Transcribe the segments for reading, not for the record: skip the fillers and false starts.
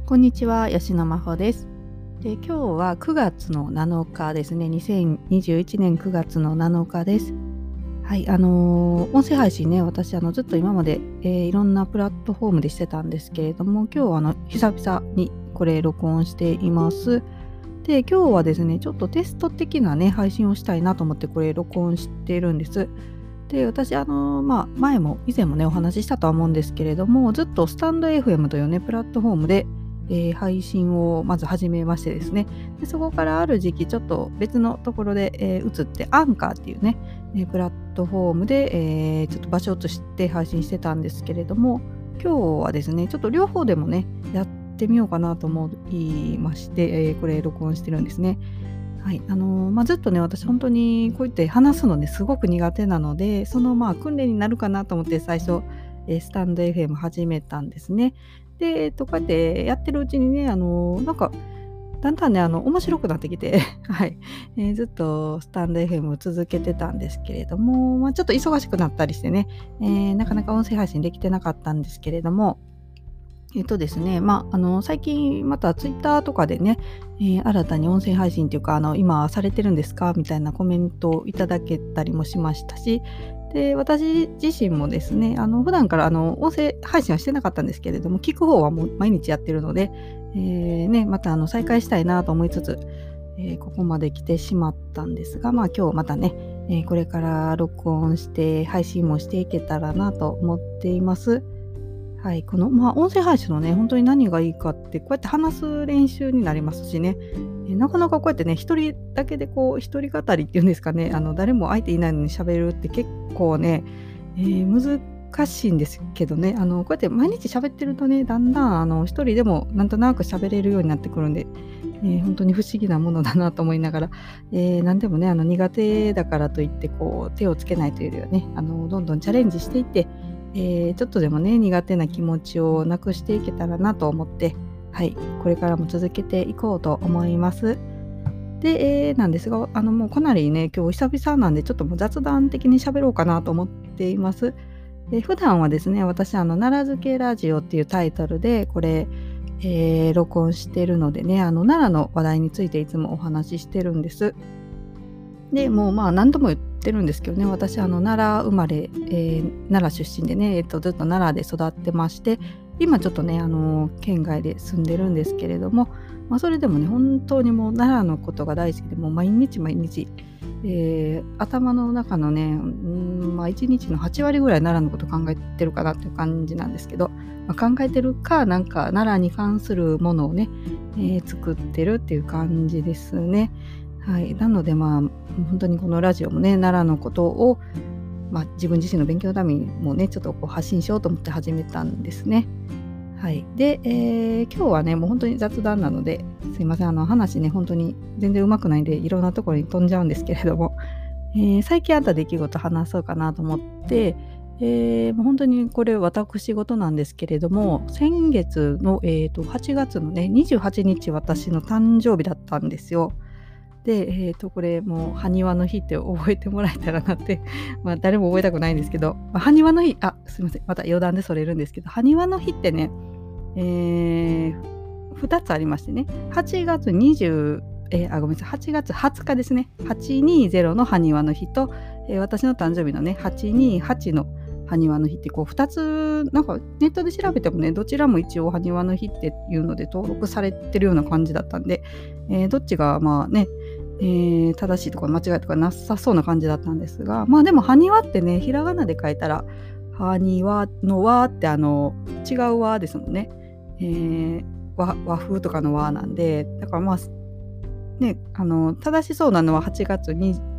こんにちは、吉野真帆です。で、今日は9月の7日ですね。2021年9月の7日です。はい、音声配信ね、私ずっと今まで、いろんなプラットフォームでしてたんですけれども、今日は久々にこれ録音しています。で、今日はですね、ちょっとテスト的なね、配信をしたいなと思ってこれ録音しているんです。で、私以前もね、お話ししたとは思うんですけれども、ずっとスタンド FM というね、プラットフォームで配信をまず始めましてですね、でそこからある時期ちょっと別のところで、移ってアンカーっていうね、プラットフォームで、ちょっと場所を移して配信してたんですけれども、今日はですねちょっと両方でもねやってみようかなと思いまして、これ録音してるんですね。はい、ずっとね私本当にこうやって話すのねすごく苦手なので、その訓練になるかなと思って最初、スタンド FM 始めたんですね。で、こうやってやってるうちにね、なんかだんだんね面白くなってきてはい、ずっとスタンド FM を続けてたんですけれども、ちょっと忙しくなったりしてね、なかなか音声配信できてなかったんですけれども、ですね、最近またツイッターとかでね、新たに音声配信っていうか、今されてるんですかみたいなコメントをいただけたりもしましたし、で、私自身もですね、普段から音声配信はしてなかったんですけれども、聞く方はもう毎日やってるので、また再開したいなと思いつつ、ここまで来てしまったんですが、今日またね、これから録音して配信もしていけたらなと思っています。はい、この、音声配信のね、本当に何がいいかって、こうやって話す練習になりますしね、なかなかこうやってね、一人だけで一人語りっていうんですかね、誰も相手いないのに喋るって結構ね、難しいんですけどね、こうやって毎日喋ってるとね、だんだん一人でもなんとなく喋れるようになってくるんで、本当に不思議なものだなと思いながら、何でもね、苦手だからといって手をつけないというよりはね、どんどんチャレンジしていって、ちょっとでもね苦手な気持ちをなくしていけたらなと思って、はい、これからも続けていこうと思います。で、なんですがもうかなりね今日久々なんでちょっともう雑談的に喋ろうかなと思っています。普段はですね私奈良漬けラジオっていうタイトルでこれ、録音してるのでね奈良の話題についていつもお話ししてるんです。で、もう何度も言ってるんですけどね、私奈良生まれ、奈良出身でね、ずっと奈良で育ってまして、今ちょっとね県外で住んでるんですけれども、それでもね本当にもう奈良のことが大好きで、もう毎日毎日、頭の中のね、1日の8割ぐらい奈良のこと考えてるかなっていう感じなんですけど、考えてるかなんか奈良に関するものをね、作ってるっていう感じですね。はい、なので本当にこのラジオもね奈良のことを、自分自身の勉強のためにもねちょっと発信しようと思って始めたんですね。はい、で、今日はねもう本当に雑談なのですいません話ね本当に全然うまくないんでいろんなところに飛んじゃうんですけれども、最近あった出来事話そうかなと思って、もう本当にこれ私事なんですけれども、先月の、8月のね28日私の誕生日だったんですよ。で、これもう埴輪の日って覚えてもらえたらなって、誰も覚えたくないんですけど、埴輪の日、すいません、また余談でそれるんですけど、埴輪の日ってね、2つありましてね、8月20ごめんなさい、8月20日ですね、820の埴輪の日と、私の誕生日のね、828の埴輪の日って2つなんかネットで調べてもねどちらも一応埴輪の日っていうので登録されてるような感じだったんで、どっちが正しいとか間違いとかなさそうな感じだったんですが、でも埴輪ってねひらがなで書いたら埴輪の和って違う和ですもんね、和風とかの和なんで、だから正しそうなのは8月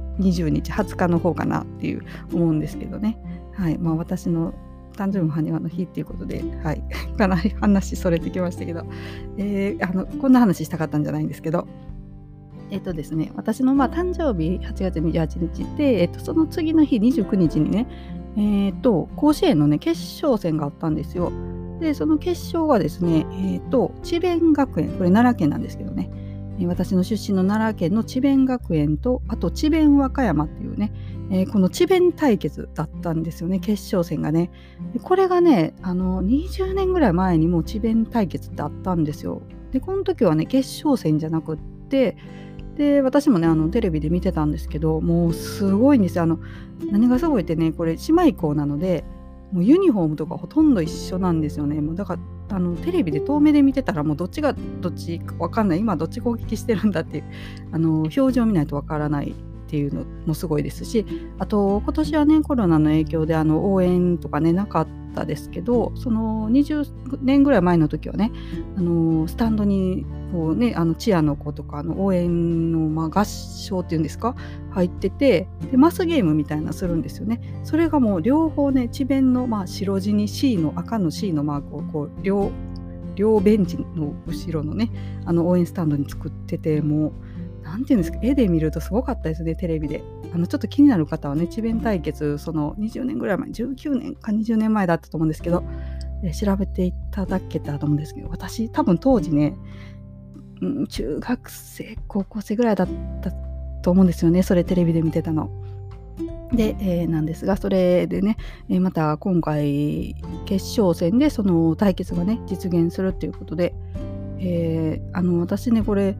20日20日の方かなっていう思うんですけどね。はい、私の誕生日も埴輪の日っていうことで、はい、かなり話それてきましたけど、こんな話したかったんじゃないんですけど、ですね、私の誕生日8月28日で、その次の日29日にね、甲子園のね決勝戦があったんですよ。でその決勝がですね、智弁学園、これ奈良県なんですけどね、私の出身の奈良県の智弁学園と、あと智弁和歌山っていうね、 この智弁対決だったんですよね、決勝戦がね。でこれがね20年ぐらい前にも智弁対決ってあったんですよ。でこの時はね決勝戦じゃなくって、で私もねテレビで見てたんですけど、もうすごいんですよ。何がすごいってね、これ姉妹校なのでもうユニフォームとかほとんど一緒なんですよね。もうだからテレビで遠目で見てたらもうどっちがどっちか分かんない、今どっち攻撃してるんだっていう表情見ないと分からないっていうのもすごいですし、あと今年はねコロナの影響で応援とかねなかったですけど、その20年ぐらい前の時はねスタンドにこうねチアの子とか応援の、合唱っていうんですか入ってて、でマスゲームみたいなするんですよね。それがもう両方ね智弁の、白地に C の赤の C のマークをこう両ベンチの後ろのね応援スタンドに作ってて、もうなんていうんですか、絵で見るとすごかったですね、テレビで。ちょっと気になる方はね、智弁対決、その20年ぐらい前、19年か20年前だったと思うんですけど、調べていただけたらと思うんですけど、私、多分当時ね、中学生、高校生ぐらいだったと思うんですよね、それテレビで見てたの。で、なんですが、それでね、また今回、決勝戦でその対決がね、実現するっていうことで、私ね、これ、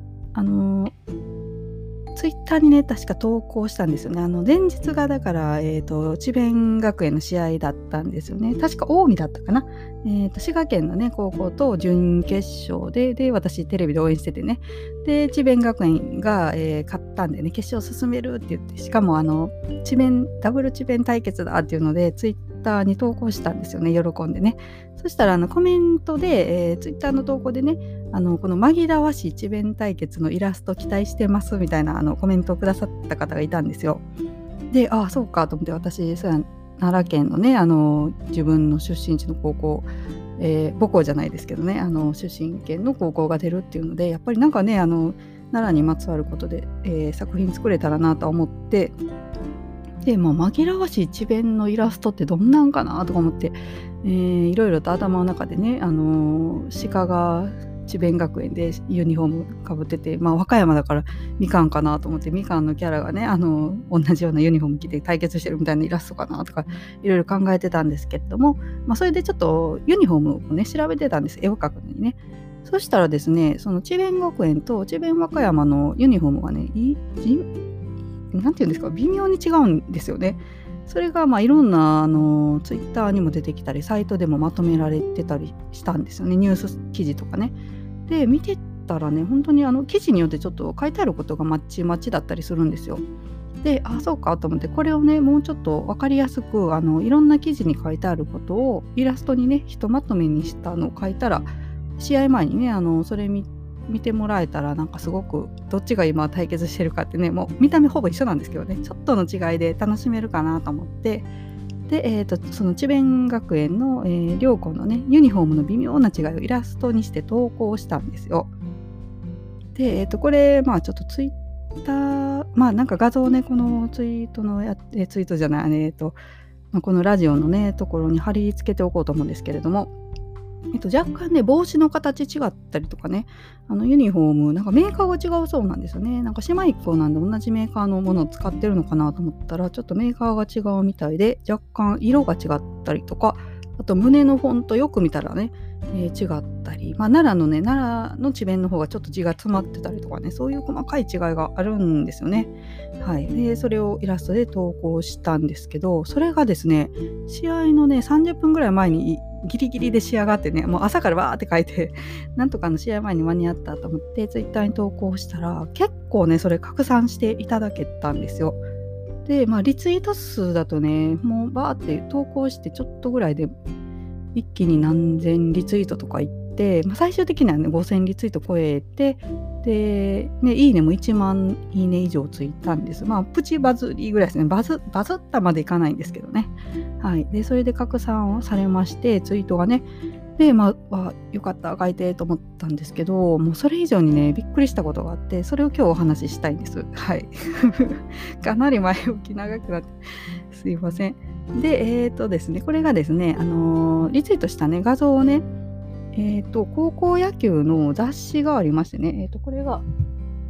ツイッターにね確か投稿したんですよね。前日がだから、智弁学園の試合だったんですよね。確か近江だったかな。滋賀県のね高校と準決勝で私テレビで応援しててね、で智弁学園が、勝ったんでね決勝進めるって言って、しかもダブル智弁対決だっていうのでツイッターに投稿したんですよね、喜んでね。そしたらコメントで、ツイッターの投稿でねこの紛らわしい智弁対決のイラスト期待してますみたいなコメントをくださった方がいたんですよ。で、そうかと思って、私奈良県のね自分の出身地の高校、母校じゃないですけどね出身県の高校が出るっていうので、やっぱりなんかね奈良にまつわることで、作品作れたらなと思って、でもう紛らわしい智弁のイラストってどんなんかなとか思って、いろいろと頭の中でね鹿が智弁学園でユニフォームかぶってて、和歌山だからみかんかなと思って、みかんのキャラがね同じようなユニフォーム着て対決してるみたいなイラストかなとかいろいろ考えてたんですけれども、それでちょっとユニフォームをね調べてたんです、絵を描くのにね。そしたらですね、その智弁学園と智弁和歌山のユニフォームがねなんていうんですか、微妙に違うんですよね。それがいろんなツイッターにも出てきたりサイトでもまとめられてたりしたんですよね、ニュース記事とかね。で見てたらね、本当に記事によってちょっと書いてあることがまちまちだったりするんですよ。でそうかと思って、これをねもうちょっと分かりやすくいろんな記事に書いてあることをイラストにねひとまとめにしたのを書いたら、試合前にねそれ見てもらえたら、なんかすごくどっちが今対決してるかってね、もう見た目ほぼ一緒なんですけどね、ちょっとの違いで楽しめるかなと思って、で、その智弁学園の、両校のねユニフォームの微妙な違いをイラストにして投稿したんですよ。で、これちょっとツイッターなんか画像ね、このツイートのツイートじゃない、このラジオのねところに貼り付けておこうと思うんですけれども、若干ね帽子の形違ったりとかね、ユニフォームなんかメーカーが違うそうなんですよね。なんか姉妹校なんで同じメーカーのものを使ってるのかなと思ったら、ちょっとメーカーが違うみたいで、若干色が違ったりとか、あと胸のフォントよく見たらね、違ったり、奈良の智弁の方がちょっと字が詰まってたりとかね、そういう細かい違いがあるんですよね。はい。でそれをイラストで投稿したんですけど、それがですね試合のね30分ぐらい前にギリギリで仕上がってね、もう朝からバーって書いてなんとか試合前に間に合ったと思ってツイッターに投稿したら、結構ねそれ拡散していただけたんですよ。でリツイート数だとね、もうバーって投稿してちょっとぐらいで一気に何千リツイートとかいって、最終的にはね5000リツイート超えて、で、いいねも1万いいね以上ついたんです。プチバズりぐらいですね。バズったまでいかないんですけどね。はい。でそれで拡散をされまして、ツイートがね、でよかった書いてと思ったんですけど、もうそれ以上にねびっくりしたことがあって、それを今日お話ししたいんです。はい。かなり前置き長くなってすいません。でですね、これがですねリツイートしたね画像をね、高校野球の雑誌がありましてね、これが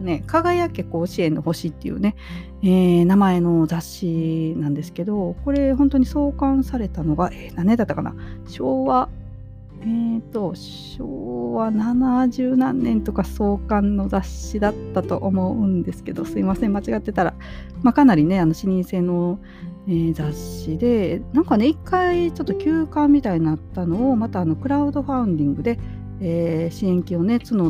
ね、輝け甲子園の星っていうね、名前の雑誌なんですけど、これ本当に創刊されたのが、何年だったかな、昭和70何年とか創刊の雑誌だったと思うんですけど、すいません間違ってたら、かなりね老舗の、雑誌で、なんかね一回ちょっと休刊みたいになったのをまたクラウドファウンディングで、支援金をね募って、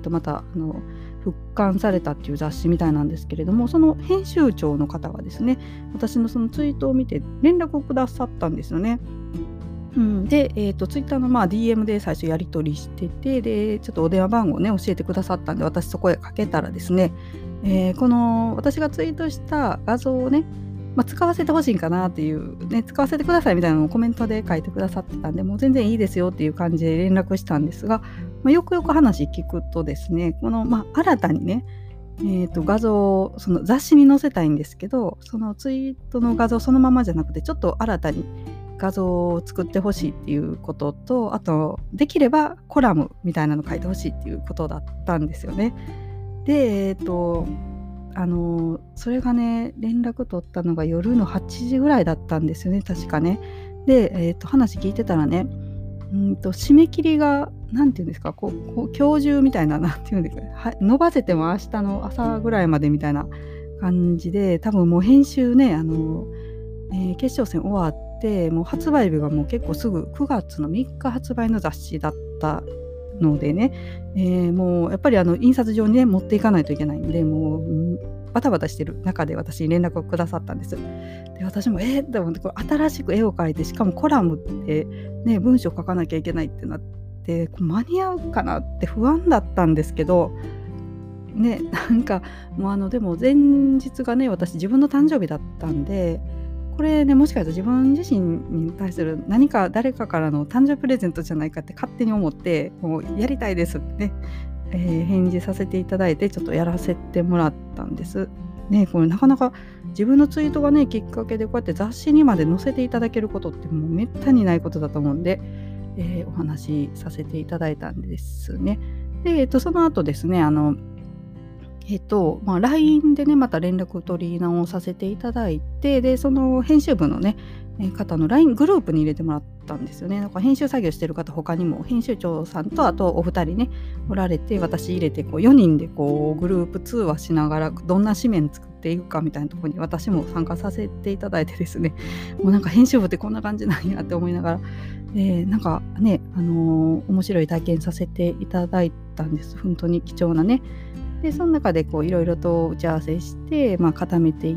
また復刊されたっていう雑誌みたいなんですけれども、その編集長の方がですね、私のそのツイートを見て連絡をくださったんですよね。で、ツイッターのDM で最初やり取りしてて、でちょっとお電話番号をね教えてくださったんで、私そこへかけたらですね、この私がツイートした画像をね、使わせてほしいんかなっていうね、使わせてくださいみたいなのをコメントで書いてくださってたんで、もう全然いいですよっていう感じで連絡したんですが、よくよく話聞くとですね、この新たにね、画像をその雑誌に載せたいんですけど、そのツイートの画像そのままじゃなくて、ちょっと新たに画像を作ってほしいっていうことと、あとできればコラムみたいなの書いてほしいっていうことだったんですよね。でそれがね連絡取ったのが夜の8時ぐらいだったんですよね、確かね。で、話聞いてたらね、締め切りがなんていうんですか、こう今日中みたいな、なんていうんですか、伸ばせても明日の朝ぐらいまでみたいな感じで、多分もう編集ね決勝戦終わってもう発売日がもう結構すぐ9月の3日発売の雑誌だったのでね、もうやっぱり印刷上にね持っていかないといけないんで、もうバタバタしてる中で私に連絡をくださったんです。で私もって思って、これ新しく絵を描いて、しかもコラムってね文章書かなきゃいけないってなって、間に合うかなって不安だったんですけどね、なんかもうでも前日がね私自分の誕生日だったんで、これねもしかしたら自分自身に対する何か誰かからの誕生日プレゼントじゃないかって勝手に思って、もうやりたいですってね、返事させていただいて、ちょっとやらせてもらったんですね。これなかなか自分のツイートがねきっかけでこうやって雑誌にまで載せていただけることってもうめったにないことだと思うんで、お話しさせていただいたんですね。で、その後ですねLINE でねまた連絡を取り直させていただいて、でその編集部のね方の LINE グループに入れてもらったんですよね。なんか編集作業してる方他にも編集長さんとあとお二人ねおられて、私入れて4人でこうグループ通話しながらどんな紙面作っていくかみたいなところに私も参加させていただいてですね、もうなんか編集部ってこんな感じなんやって思いながら、なんかね面白い体験させていただいたんです。本当に貴重なね。でその中でこういろいろと打ち合わせして、固めていって、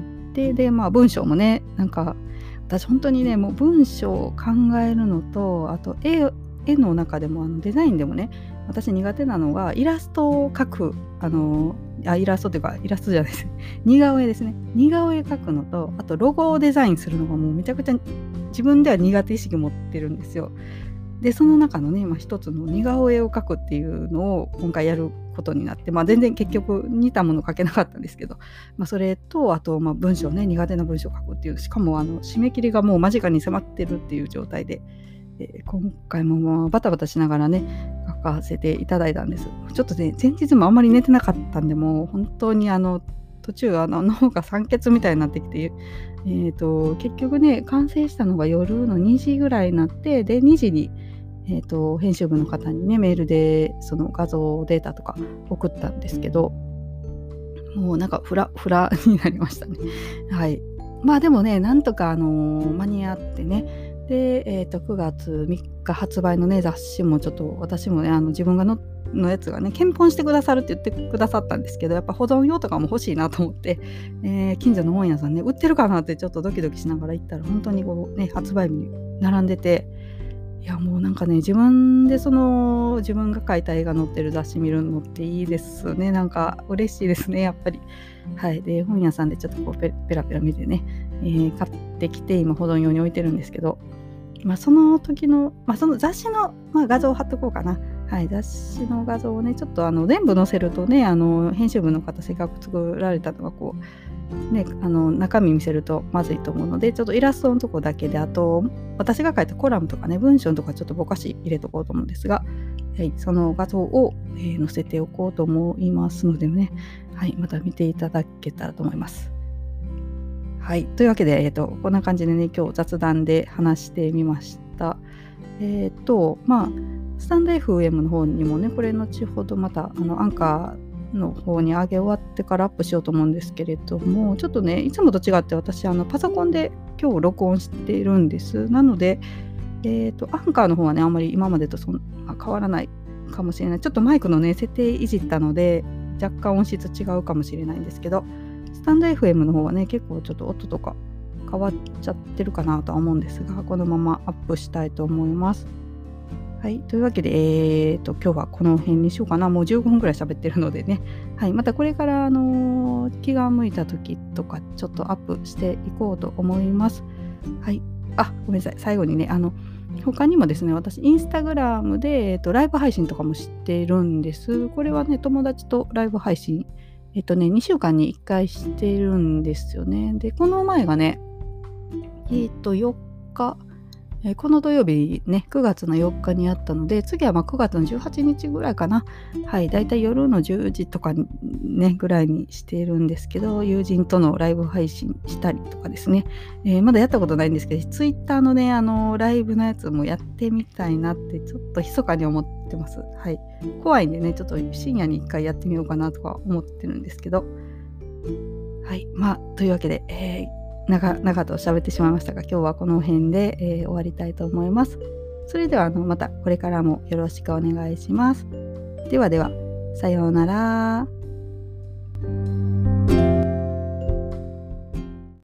で文章もね、なんか私本当にねもう文章を考えるのと、あと絵の中でもデザインでもね、私苦手なのがイラストを描くイラストというかイラストじゃないです似顔絵ですね。似顔絵描くのと、あとロゴをデザインするのがもうめちゃくちゃ自分では苦手意識持ってるんですよ。でその中のね、一つの似顔絵を描くっていうのを今回やることになって、全然結局似たもの描けなかったんですけど、それとあと文章ね、苦手な文章を書くっていう、しかも締め切りがもう間近に迫ってるっていう状態で、今回もバタバタしながらね書かせていただいたんです。ちょっとね前日もあんまり寝てなかったんで、もう本当に途中脳が酸欠みたいになってきて、結局ね完成したのが夜の2時ぐらいになって、で2時に編集部の方にねメールでその画像データとか送ったんですけど、もうなんかフラになりましたね。はい。でもねなんとか間に合ってね、で、9月3日発売のね雑誌もちょっと私もね自分がのやつがね検本してくださるって言ってくださったんですけど、やっぱ保存用とかも欲しいなと思って、近所の本屋さんね売ってるかなってちょっとドキドキしながら行ったら、本当にこうね発売日に並んでて、いやもうなんかね自分で自分が描いた絵が載ってる雑誌見るのっていいですね。なんか嬉しいですねやっぱり。はい。で本屋さんでちょっとこうペラペラ見てね、買ってきて今保存用に置いてるんですけど、その時の、その雑誌の、画像を貼っとこうかな。はい、雑誌の画像をねちょっと全部載せるとね編集部の方せっかく作られたのがこうね中身見せるとまずいと思うので、ちょっとイラストのとこだけで、あと私が書いたコラムとかね文章のとかちょっとぼかし入れとこうと思うんですが、 はい、その画像を、載せておこうと思いますのでね、はい、また見ていただけたらと思います。はい、というわけで、こんな感じでね、今日雑談で話してみました。スタンド FM の方にもね、これ後ほどまたアンカーの方に上げ終わってからアップしようと思うんですけれども、ちょっとね、いつもと違って私パソコンで今日録音しているんです。なので、アンカーの方はね、あんまり今までと変わらないかもしれない。ちょっとマイクのね、設定いじったので、若干音質違うかもしれないんですけど、スタンド FM の方はね、結構ちょっと音とか変わっちゃってるかなとは思うんですが、このままアップしたいと思います。はい、というわけで、今日はこの辺にしようかな。もう15分くらい喋ってるのでね。はい、またこれから、気が向いた時とか、ちょっとアップしていこうと思います。はい。ごめんなさい。最後にね、他にもですね、私、インスタグラムで、ライブ配信とかもしているんです。これはね、友達とライブ配信、2週間に1回しているんですよね。で、この前がね、4日、この土曜日ね、9月の4日にあったので、次は9月の18日ぐらいかな。はい、だいたい夜の10時とかね、ぐらいにしているんですけど、友人とのライブ配信したりとかですね。まだやったことないんですけど、ツイッターのね、ライブのやつもやってみたいなって、ちょっと密かに思ってます。はい。怖いんでね、ちょっと深夜に1回やってみようかなとか思ってるんですけど。はい。というわけで、長と喋ってしまいましたが、今日はこの辺で、終わりたいと思います。それではまたこれからもよろしくお願いします。ではでは、さようなら。